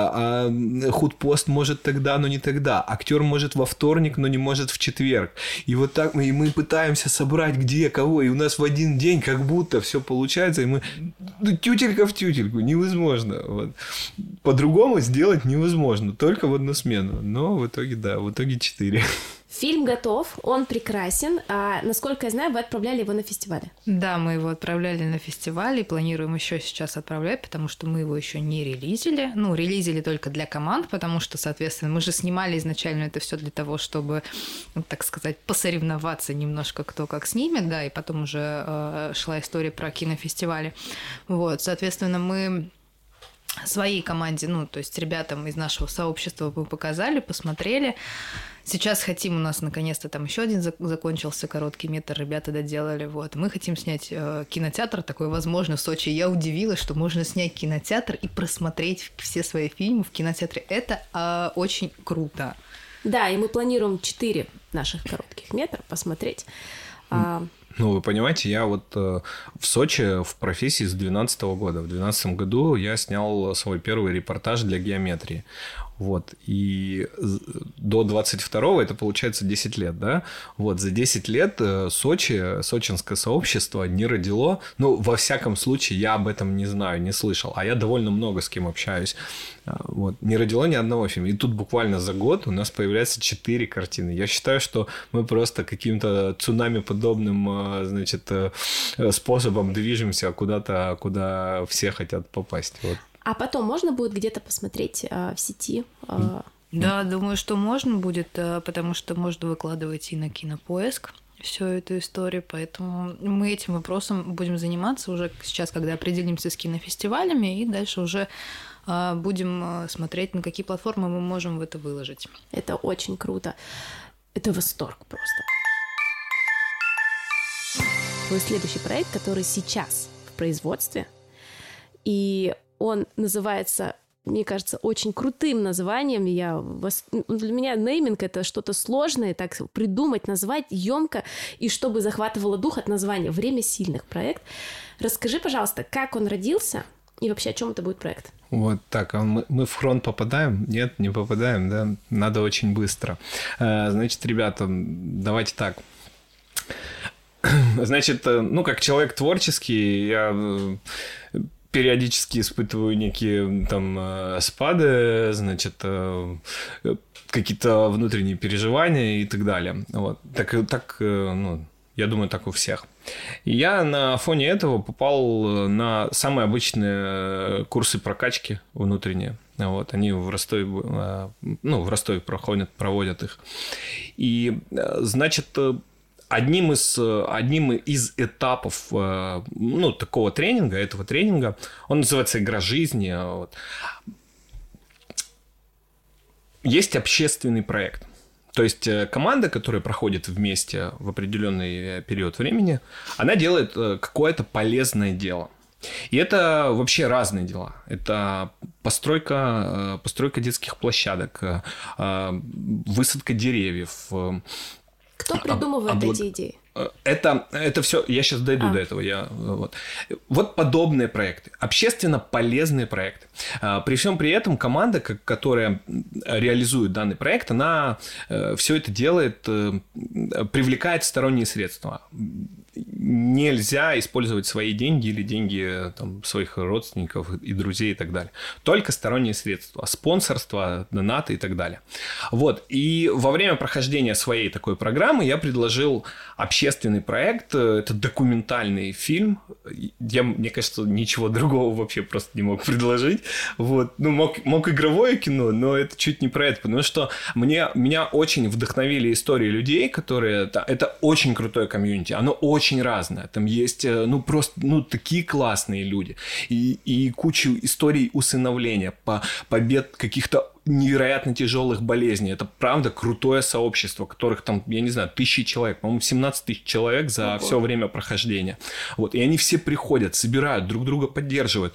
А худпост может тогда, но не тогда. Актер может во вторник, но не может в четверг. И вот так мы, и мы пытаемся собрать где, кого, и у нас в один день как будто все получается, и мы ну, тютелька в тютельку, невозможно. Вот. По-другому сделать невозможно, только в одну смену. Но в итоге, да, в итоге четыре. Фильм готов, он прекрасен. А, насколько я знаю, вы отправляли его на фестивале. Да, мы его отправляли на фестиваль и планируем еще сейчас отправлять, потому что мы его еще не релизили. Ну, релизили только для команд, потому что, соответственно, мы же снимали изначально это все для того, чтобы, ну, так сказать, посоревноваться немножко, кто как снимет, да, и потом уже э, шла история про кинофестивали. Вот, соответственно, мы своей команде, ну, то есть ребятам из нашего сообщества мы показали, посмотрели. Сейчас хотим, у нас наконец-то там еще один закончился короткий метр, ребята доделали, вот. Мы хотим снять э, кинотеатр, такой возможно в Сочи. Я удивилась, что можно снять кинотеатр и просмотреть все свои фильмы в кинотеатре. Это э, очень круто. Да, и мы планируем четыре наших коротких метра посмотреть. А... Ну, вы понимаете, я вот э, в Сочи в профессии с две тысячи двенадцатого года. В две тысячи двенадцатом году я снял свой первый репортаж для геометрии. Вот, и до двадцать второго это получается десять лет, да? Вот, за десять лет Сочи, сочинское сообщество не родило, ну, во всяком случае, я об этом не знаю, не слышал, а я довольно много с кем общаюсь, вот, не родило ни одного фильма. И тут буквально за год у нас появляется четыре картины. Я считаю, что мы просто каким-то цунами-подобным, значит, способом движемся куда-то, куда все хотят попасть, вот. А потом можно будет где-то посмотреть э, в сети? Э... Да, думаю, что можно будет, потому что можно выкладывать и на Кинопоиск всю эту историю, поэтому мы этим вопросом будем заниматься уже сейчас, когда определимся с кинофестивалями, и дальше уже э, будем смотреть, на какие платформы мы можем в это выложить. Это очень круто. Это восторг просто. Твой следующий проект, который сейчас в производстве, и он называется, мне кажется, очень крутым названием. Я, для меня нейминг — это что-то сложное, так придумать, назвать емко, и чтобы захватывало дух от названия. «Время сильных» проект. Расскажи, пожалуйста, как он родился и вообще о чем это будет проект? Вот так, а мы, мы в хрон попадаем? Нет, не попадаем, да? Надо очень быстро. Значит, ребята, давайте так. Значит, ну, как человек творческий, я периодически испытываю некие там спады, значит, какие-то внутренние переживания и так далее. Вот. Так, так, ну, я думаю, так у всех. И я на фоне этого попал на самые обычные курсы прокачки внутренние. Вот, они в Ростове, ну, в Ростове проходят, проводят их. И, значит, одним из, одним из этапов ну, такого тренинга, этого тренинга, он называется «Игра жизни». Вот. Есть общественный проект. То есть команда, которая проходит вместе в определенный период времени, она делает какое-то полезное дело. И это вообще разные дела. Это постройка, постройка детских площадок, высадка деревьев. Кто придумывает облаг... эти идеи? Это, это все, я сейчас дойду а. до этого. Я, вот. вот подобные проекты, общественно полезные проекты. При всем при этом команда, которая реализует данный проект, она все это делает, привлекает сторонние средства. Нельзя использовать свои деньги или деньги там, своих родственников и друзей и так далее. Только сторонние средства, спонсорство, донаты и так далее. Вот. И во время прохождения своей такой программы я предложил общественный проект. Это документальный фильм. Я, мне кажется, ничего другого вообще просто не мог предложить. Вот. Ну, мог, мог игровое кино, но это чуть не про это. Потому что мне, меня очень вдохновили истории людей, которые... Это очень крутое комьюнити. Оно очень очень разное. Там есть, ну, просто, ну, такие классные люди. И, и кучу историй усыновления, по, побед каких-то невероятно тяжелых болезней. Это, правда, крутое сообщество, которых там, я не знаю, тысячи человек, по-моему, семнадцать тысяч человек за Ого. все время прохождения. Вот. И они все приходят, собирают, друг друга поддерживают.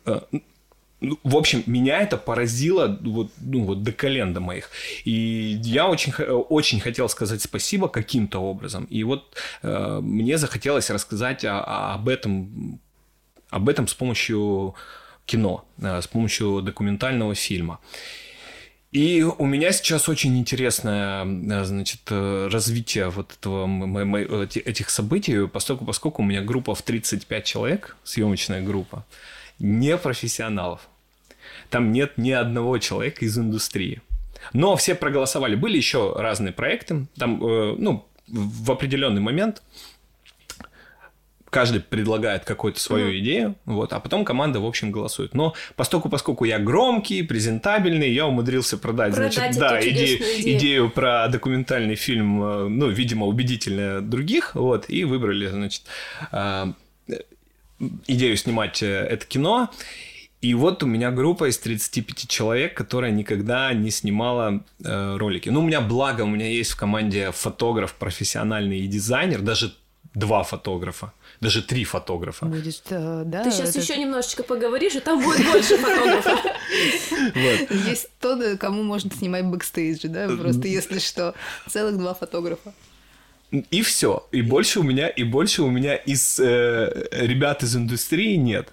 В общем, меня это поразило вот, ну, вот до колен до моих. И я очень, очень хотел сказать спасибо каким-то образом. И вот э, мне захотелось рассказать о, о, об этом, об этом с помощью кино, э, с помощью документального фильма. И у меня сейчас очень интересное, значит, развитие вот этого, этих событий, поскольку, поскольку у меня группа в тридцать пять человек, съемочная группа, не профессионалов. Там нет ни одного человека из индустрии. Но все проголосовали. Были еще разные проекты. Там, э, ну, в определенный момент каждый предлагает какую-то свою mm-hmm. идею, вот, а потом команда, в общем, голосует. Но поскольку, поскольку я громкий, презентабельный, я умудрился продать, продать значит, да, идею, идею про документальный фильм, ну, видимо, убедительно других, вот, и выбрали, значит, идею снимать это кино. И вот у меня группа из тридцати пяти человек, которая никогда не снимала э, ролики. Ну, у меня, благо, у меня есть в команде фотограф профессиональный и дизайнер, даже два фотографа, даже три фотографа. Будет, э, да, Ты сейчас это... еще немножечко поговоришь, и там будет больше фотографов. Есть тот, кому можно снимать бэкстейджи, да, просто если что, целых два фотографа. И все. И больше у меня, и больше у меня из э, ребят из индустрии нет.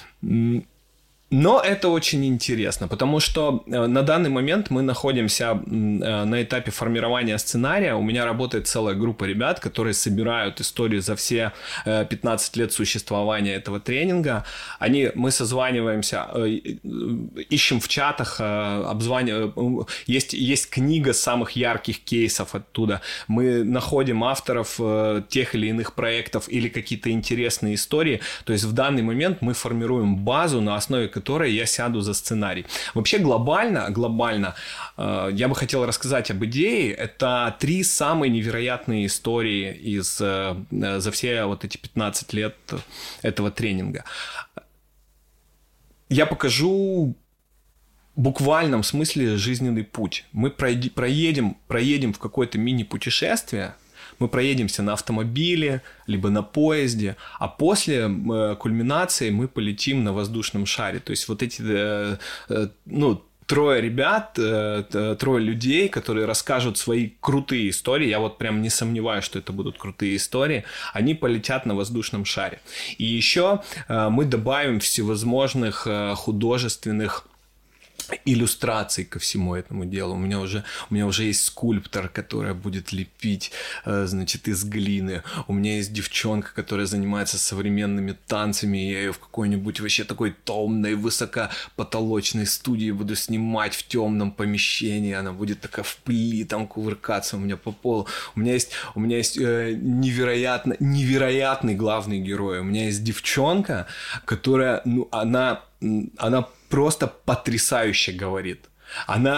Но это очень интересно, потому что на данный момент мы находимся на этапе формирования сценария. У меня работает целая группа ребят, которые собирают историю за все пятнадцать лет существования этого тренинга. Они, мы созваниваемся, ищем в чатах, обзваниваем. Есть, есть книга самых ярких кейсов оттуда. Мы находим авторов тех или иных проектов или какие-то интересные истории. То есть в данный момент мы формируем базу, на основе которой я сяду за сценарий. Вообще глобально, глобально э, я бы хотел рассказать об идее. Это три самые невероятные истории из, э, за все вот эти пятнадцать лет этого тренинга. Я покажу в буквальном смысле жизненный путь. Мы пройди, проедем, проедем в какое-то мини-путешествие. Мы проедемся на автомобиле, либо на поезде, а после э, кульминации мы полетим на воздушном шаре. То есть вот эти, э, э, ну, трое ребят, э, трое людей, которые расскажут свои крутые истории, я вот прям не сомневаюсь, что это будут крутые истории, они полетят на воздушном шаре. И еще э, мы добавим всевозможных э, художественных иллюстраций ко всему этому делу. У меня уже, у меня уже есть скульптор, которая будет лепить, значит, из глины. У меня есть девчонка, которая занимается современными танцами. Я ее в какой-нибудь вообще такой томной, высокопотолочной студии буду снимать в темном помещении. Она будет такая в пыли там кувыркаться у меня по полу. У меня есть, у меня есть э, невероятно, невероятный главный герой. У меня есть девчонка, которая, ну, она, она просто потрясающе говорит. Она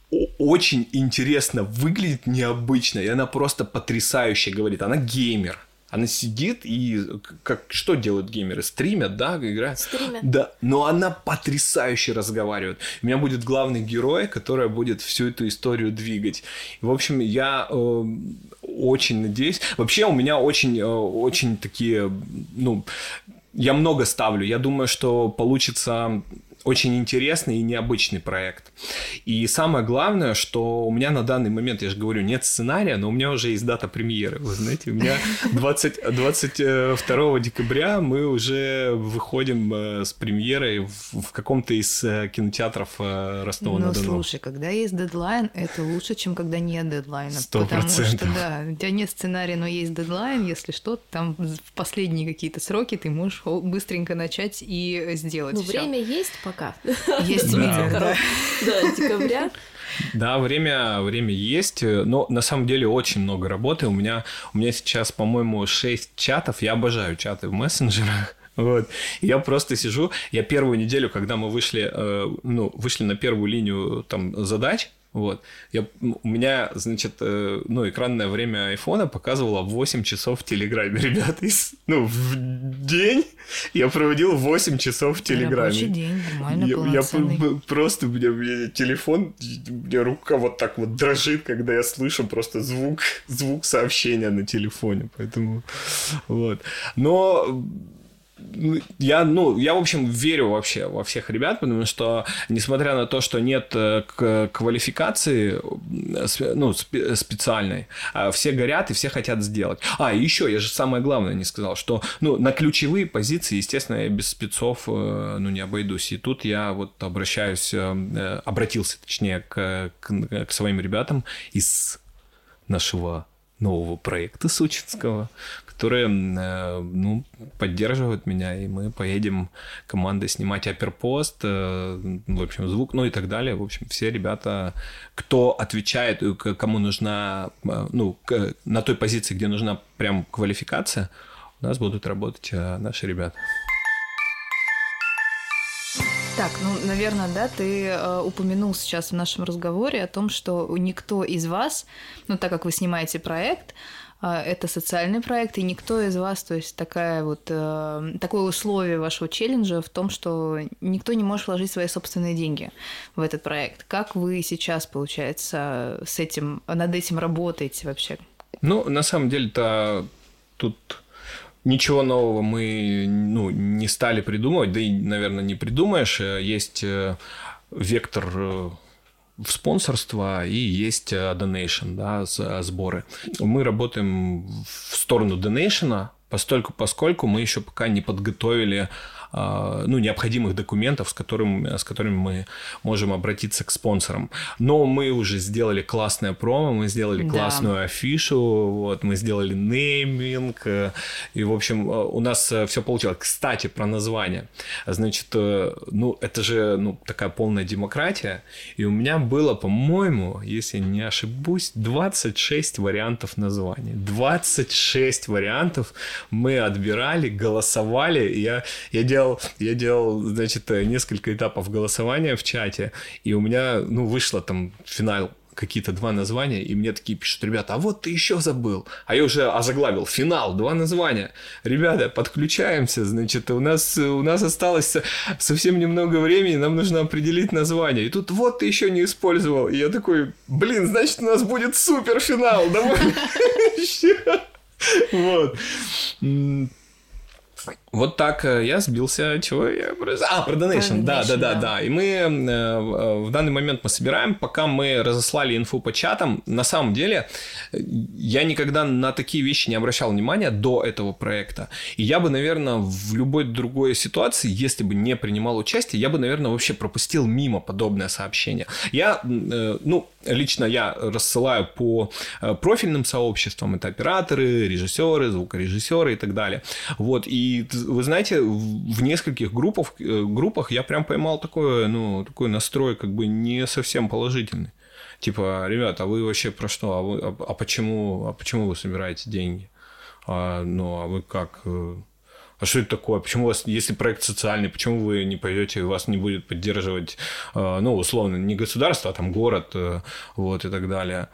очень интересно выглядит, необычно, и она просто потрясающе говорит. Она геймер. Она сидит и как что делают геймеры? Стримят, да, играют? Стримят. Да, но она потрясающе разговаривает. У меня будет главный герой, который будет всю эту историю двигать. В общем, я э, очень надеюсь. Вообще у меня очень, э, очень такие, ну, я много ставлю. Я думаю, что получится очень интересный и необычный проект. И самое главное, что у меня на данный момент, я же говорю, нет сценария, но у меня уже есть дата премьеры. Вы знаете, у меня двадцать, двадцать второго декабря мы уже выходим с премьерой в, в каком-то из кинотеатров Ростова-на-Дону. Ну, слушай, когда есть дедлайн, это лучше, чем когда нет дедлайна. Сто процентов. Потому что, да, у тебя нет сценария, но есть дедлайн, если что, там в последние какие-то сроки ты можешь быстренько начать и сделать. Ну, всё. время есть пока. Есть время, да. Да, декабря. Да, время, время есть, но на самом деле очень много работы. У меня, у меня сейчас, по-моему, шесть чатов. Я обожаю чаты в мессенджерах. Вот. И я просто сижу. Я первую неделю, когда мы вышли, э, ну, вышли на первую линию там, задач, вот, я, у меня, значит, э, ну, экранное время айфона показывало восемь часов в Телеграме. Ребята, из, ну, в день я проводил восемь часов в Телеграме. Рабочий день, нормально, я, полноценный. я просто, у меня, у меня телефон, у меня рука вот так вот дрожит, когда я слышу просто звук, звук сообщения на телефоне, поэтому, вот. Но... Я, ну, я, в общем, верю вообще во всех ребят, потому что, несмотря на то, что нет квалификации, ну, специальной, все горят и все хотят сделать. А, и еще, я же самое главное не сказал, что, ну, на ключевые позиции, естественно, я без спецов, ну, не обойдусь. И тут я вот обращаюсь, обратился, точнее, к, к, к своим ребятам из нашего нового проекта сочинского, которые, ну, поддерживают меня, и мы поедем командой снимать оперпост, в общем, звук, ну и так далее. В общем, все ребята, кто отвечает, кому нужна, ну, на той позиции, где нужна прям квалификация, у нас будут работать наши ребята. Так, ну, наверное, да, ты э, упомянул сейчас в нашем разговоре о том, что никто из вас, ну, так как вы снимаете проект, э, это социальный проект, и никто из вас, то есть такая вот, э, такое условие вашего челленджа в том, что никто не может вложить свои собственные деньги в этот проект. Как вы сейчас, получается, с этим, над этим работаете вообще? Ну, на самом деле-то тут... Ничего нового мы, ну, не стали придумывать, да и, наверное, не придумаешь. Есть вектор в спонсорство и есть donation, да, сборы. Мы работаем в сторону donation, постольку, поскольку мы еще пока не подготовили, ну, необходимых документов, с, которым, с которыми мы можем обратиться к спонсорам. Но мы уже сделали классное промо, мы сделали да. классную афишу, вот, мы сделали нейминг, и, в общем, у нас все получилось. Кстати, про название. Значит, ну, это же, ну, такая полная демократия, и у меня было, по-моему, если не ошибусь, двадцать шесть вариантов названий. двадцать шесть вариантов мы отбирали, голосовали, и я, я делал Я делал, значит, несколько этапов голосования в чате, и у меня, ну, вышло там финал какие-то два названия, и мне такие пишут: ребята, а вот ты еще забыл. А я уже озаглавил: финал, два названия. Ребята, подключаемся, значит, у нас, у нас осталось совсем немного времени, нам нужно определить название. И тут вот ты еще не использовал. И я такой: блин, значит, у нас будет суперфинал, давай еще. Вот. Вот так я сбился. Чего я... А, про donation. Да, да, да, да. И мы в данный момент мы собираем, пока мы разослали инфу по чатам. На самом деле, я никогда на такие вещи не обращал внимания до этого проекта. И я бы, наверное, в любой другой ситуации, если бы не принимал участие, я бы, наверное, вообще пропустил мимо подобное сообщение. Я, ну, лично я рассылаю по профильным сообществам. Это операторы, режиссеры, звукорежиссеры и так далее. Вот. И вы знаете, в нескольких группах, группах я прям поймал такой, ну, такой настрой, как бы не совсем положительный. Типа: ребята, а вы вообще про что? А, вы, а, почему, а почему вы собираете деньги? А, ну, а вы как? А А что это такое? Почему у вас, если проект социальный, почему вы не пойдете, вас не будет поддерживать, ну, условно, не государство, а там город, вот, и так далее.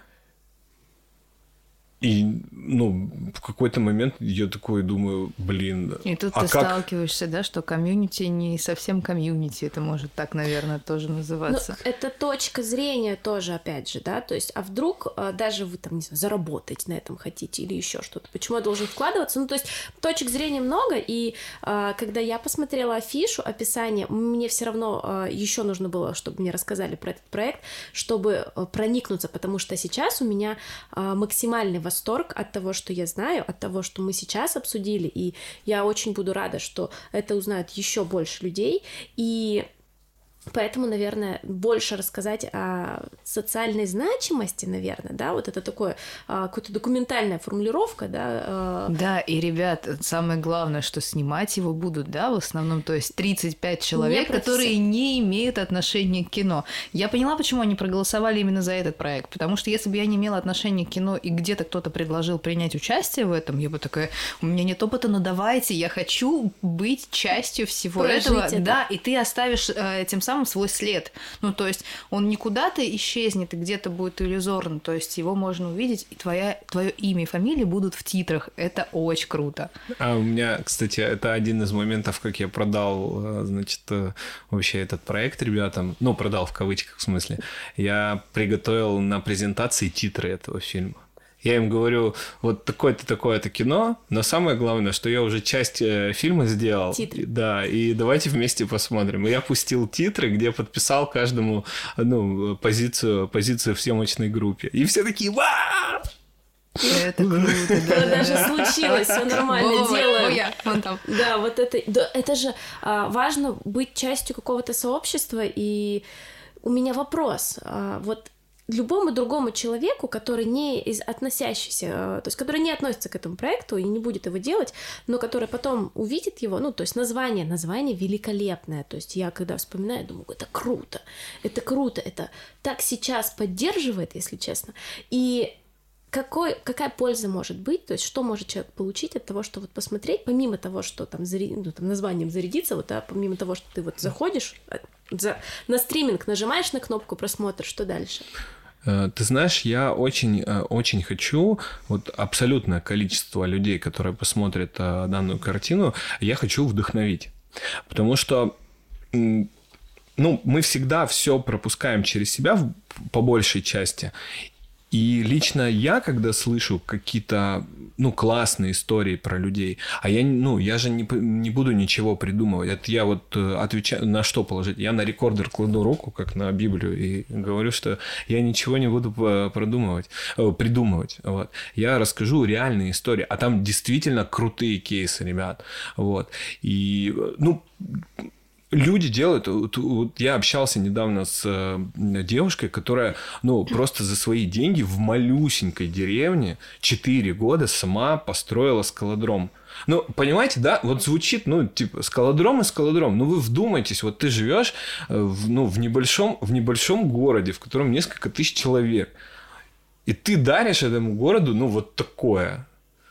И, ну, в какой-то момент я такой думаю, блин... И тут а ты как... сталкиваешься, да, что комьюнити не совсем комьюнити, это может так, наверное, тоже называться. Ну, это точка зрения тоже, опять же, да, то есть, а вдруг даже вы там, не знаю, заработать на этом хотите или еще что-то, почему я должен вкладываться? Ну, то есть, точек зрения много, и когда я посмотрела афишу, описание, мне все равно еще нужно было, чтобы мне рассказали про этот проект, чтобы проникнуться, потому что сейчас у меня максимальный восторг от того, что я знаю, от того, что мы сейчас обсудили, и я очень буду рада, что это узнают еще больше людей, и поэтому, наверное, больше рассказать о социальной значимости, наверное, да, вот это такое, какая-то документальная формулировка, да. Да, и, ребят, самое главное, что снимать его будут, да, в основном, то есть тридцать пять человек, которые не имеют отношения к кино. Я поняла, почему они проголосовали именно за этот проект, потому что если бы я не имела отношения к кино, и где-то кто-то предложил принять участие в этом, я бы такая, у меня нет опыта, но давайте, я хочу быть частью всего Прожить этого. это. Да, и ты оставишь э, тем самым свой след. Ну, то есть он не куда-то исчезнет и где-то будет иллюзорно, то есть его можно увидеть, и твоя, твое имя и фамилия будут в титрах. Это очень круто. А у меня, кстати, это один из моментов, как я продал, значит, вообще этот проект ребятам. Ну, продал в кавычках, в смысле. Я приготовил на презентации титры этого фильма. Я им говорю, вот такое-то, такое-то кино, но самое главное, что я уже часть э, фильма сделал. Титры. Да, и давайте вместе посмотрим. И я пустил титры, где подписал каждому, ну, позицию, позицию в съемочной группе. И все такие, вау! Это круто, да. Это даже случилось, все нормально делаем. Вон там. Да, вот это, да, это же а, важно быть частью какого-то сообщества, и у меня вопрос, а, вот любому другому человеку, который не из относящийся, то есть который не относится к этому проекту и не будет его делать, но который потом увидит его, ну, то есть название, название великолепное, то есть я когда вспоминаю, думаю, это круто, это круто, это так сейчас поддерживает, если честно, и какой, какая польза может быть, то есть что может человек получить от того, что вот посмотреть, помимо того, что там, заряд... ну, там названием зарядиться, вот, да, помимо того, что ты вот заходишь за... на стриминг, нажимаешь на кнопку просмотр, что дальше? Ты знаешь, я очень, очень хочу, вот абсолютное количество людей, которые посмотрят данную картину, я хочу вдохновить. Потому что, ну, мы всегда все пропускаем через себя по большей части. И лично я, когда слышу какие-то, ну, классные истории про людей, а я, ну, я же не, не буду ничего придумывать. Это я вот отвечаю, на что положить. Я на рекордер кладу руку, как на Библию, и говорю, что я ничего не буду продумывать, придумывать. Вот. Я расскажу реальные истории, а там действительно крутые кейсы, ребят. Вот. И, ну... Люди делают... Вот, вот я общался недавно с э, девушкой, которая, ну, просто за свои деньги в малюсенькой деревне четыре года сама построила скалодром. Ну, понимаете, да? Вот звучит, ну, типа, скалодром и скалодром. Ну, вы вдумайтесь, вот ты живешь в, ну, в небольшом, в небольшом городе, в котором несколько тысяч человек. И ты даришь этому городу, ну, вот такое...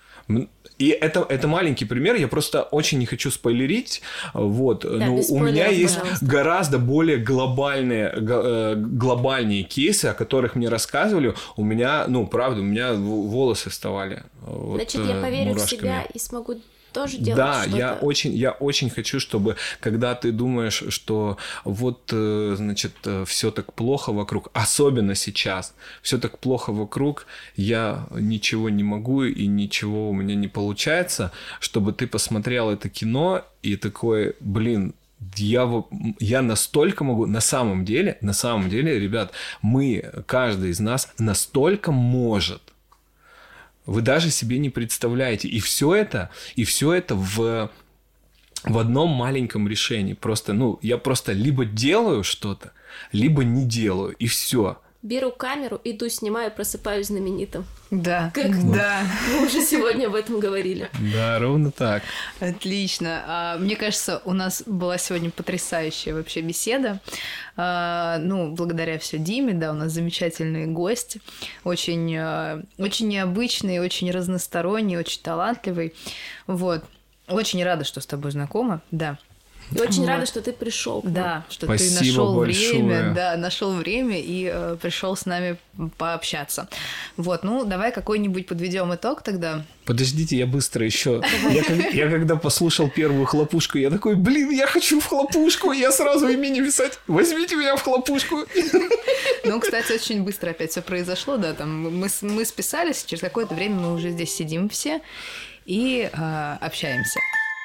И это, это маленький пример, я просто очень не хочу спойлерить, вот, да, но у меня есть пожалуйста. гораздо более глобальные, глобальные кейсы, о которых мне рассказывали, у меня, ну, правда, у меня волосы вставали. Значит, вот, я поверю мурашками. в себя и смогу тоже делать да, что-то. я очень, я очень хочу, чтобы, когда ты думаешь, что вот, значит, все так плохо вокруг, особенно сейчас, все так плохо вокруг, я ничего не могу и ничего у меня не получается, чтобы ты посмотрел это кино и такой, блин, Я, я настолько могу, на самом деле, на самом деле, ребят, мы, каждый из нас настолько может. Вы даже себе не представляете. И все это, и все это в, в одном маленьком решении. Просто, ну, я просто либо делаю что-то, либо не делаю, и все. Беру камеру, иду, снимаю, просыпаюсь знаменитым. Да, как да. Мы уже сегодня об этом говорили. Да, ровно так. Отлично. Мне кажется, у нас была сегодня потрясающая вообще беседа. Ну, благодаря все Диме, да, у нас замечательный гость. Очень, очень необычный, очень разносторонний, очень талантливый. Вот. Очень рада, что с тобой знакома, да. И очень Вот. рада, что ты пришел. Да, что Спасибо ты нашел большое. время, да, нашел время и э, пришел с нами пообщаться. Вот, ну давай какой-нибудь подведем итог тогда. Подождите, я быстро еще. Я, как- я когда послушал первую хлопушку, я такой, блин, я хочу в хлопушку, я сразу имени писать. Возьмите меня в хлопушку. Ну, кстати, очень быстро опять все произошло, да, там мы, с- мы списались, через какое-то время мы уже здесь сидим все и э, общаемся.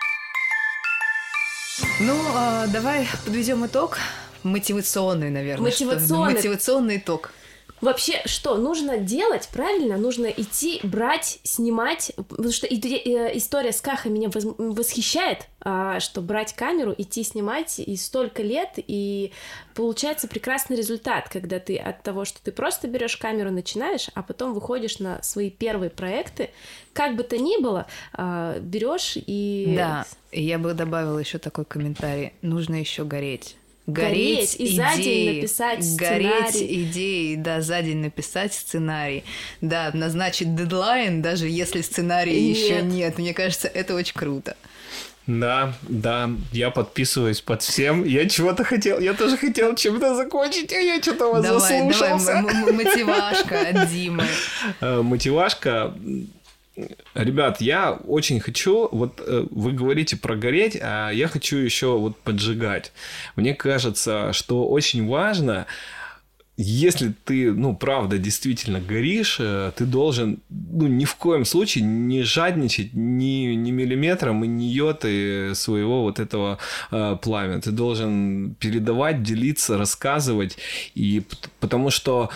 Ну, э, давай подведем итог. Мотивационный, наверное. что- Мотивационный. Мотивационный итог. Вообще, что нужно делать, правильно? Нужно идти, брать, снимать. Потому что иде- э, история с Кахой меня воз- восхищает, а, что брать камеру, идти снимать и столько лет, и получается прекрасный результат, когда ты от того, что ты просто берешь камеру, начинаешь, а потом выходишь на свои первые проекты, как бы то ни было, а, берешь и... Да, и я бы добавила еще такой комментарий. Нужно еще гореть. Гореть и за день написать Гореть сценарий. идеи, да, за день написать сценарий. Да, назначить дедлайн, даже если сценария Нет. еще нет. Мне кажется, это очень круто. Да, да, я подписываюсь под всем. Я чего-то хотел, я тоже хотел чем-то закончить, а я что-то вас Давай, давай, заслушался. м- м- мотивашка от Димы. Э, Мотивашка. Ребят, я очень хочу, вот э, вы говорите про гореть, а я хочу еще вот поджигать. Мне кажется, что очень важно, если ты, ну, правда, действительно горишь, э, ты должен, ну, ни в коем случае не жадничать ни, ни миллиметром и ни йоты своего вот этого э, пламя. Ты должен передавать, делиться, рассказывать, и п- потому что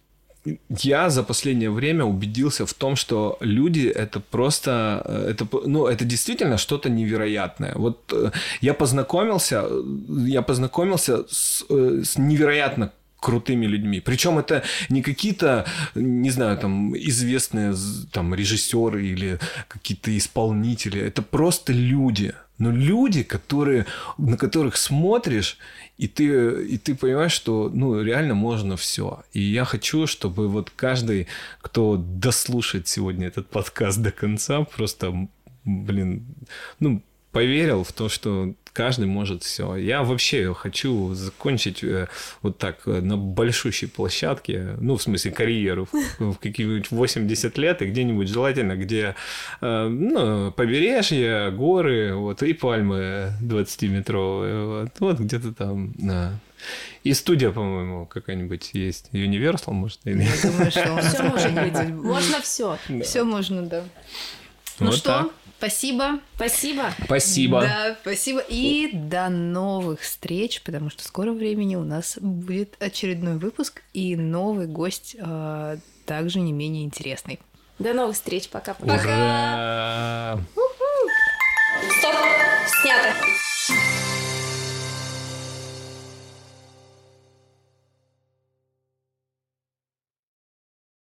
я за последнее время убедился в том, что люди это просто, это, ну, это действительно что-то невероятное. Вот э, я познакомился, я познакомился с, э, с невероятно крутыми людьми. Причем это не какие-то, не знаю, там, известные там, режиссеры или какие-то исполнители. Это просто люди. Но люди, которые, на которых смотришь, и ты, и ты понимаешь, что ну, реально можно все. И я хочу, чтобы вот каждый, кто дослушает сегодня этот подкаст до конца, просто, блин, ну, поверил в то, что каждый может все. Я вообще хочу закончить э, вот так э, на большущей площадке, ну, в смысле, карьеру в, в какие-нибудь восемьдесят лет, и где-нибудь желательно, где э, ну, побережье, горы, вот, и пальмы двадцатиметровые, вот, вот где-то там, да. И студия, по-моему, какая-нибудь есть. Universal, может, или... Я думаю, что Все может быть. Можно все. Все можно, да. Ну Вот что, так. спасибо. Спасибо. Спасибо. Да, спасибо. И до новых встреч, потому что в скором времени у нас будет очередной выпуск и новый гость э, также не менее интересный. До новых встреч. Пока-пока. Ура!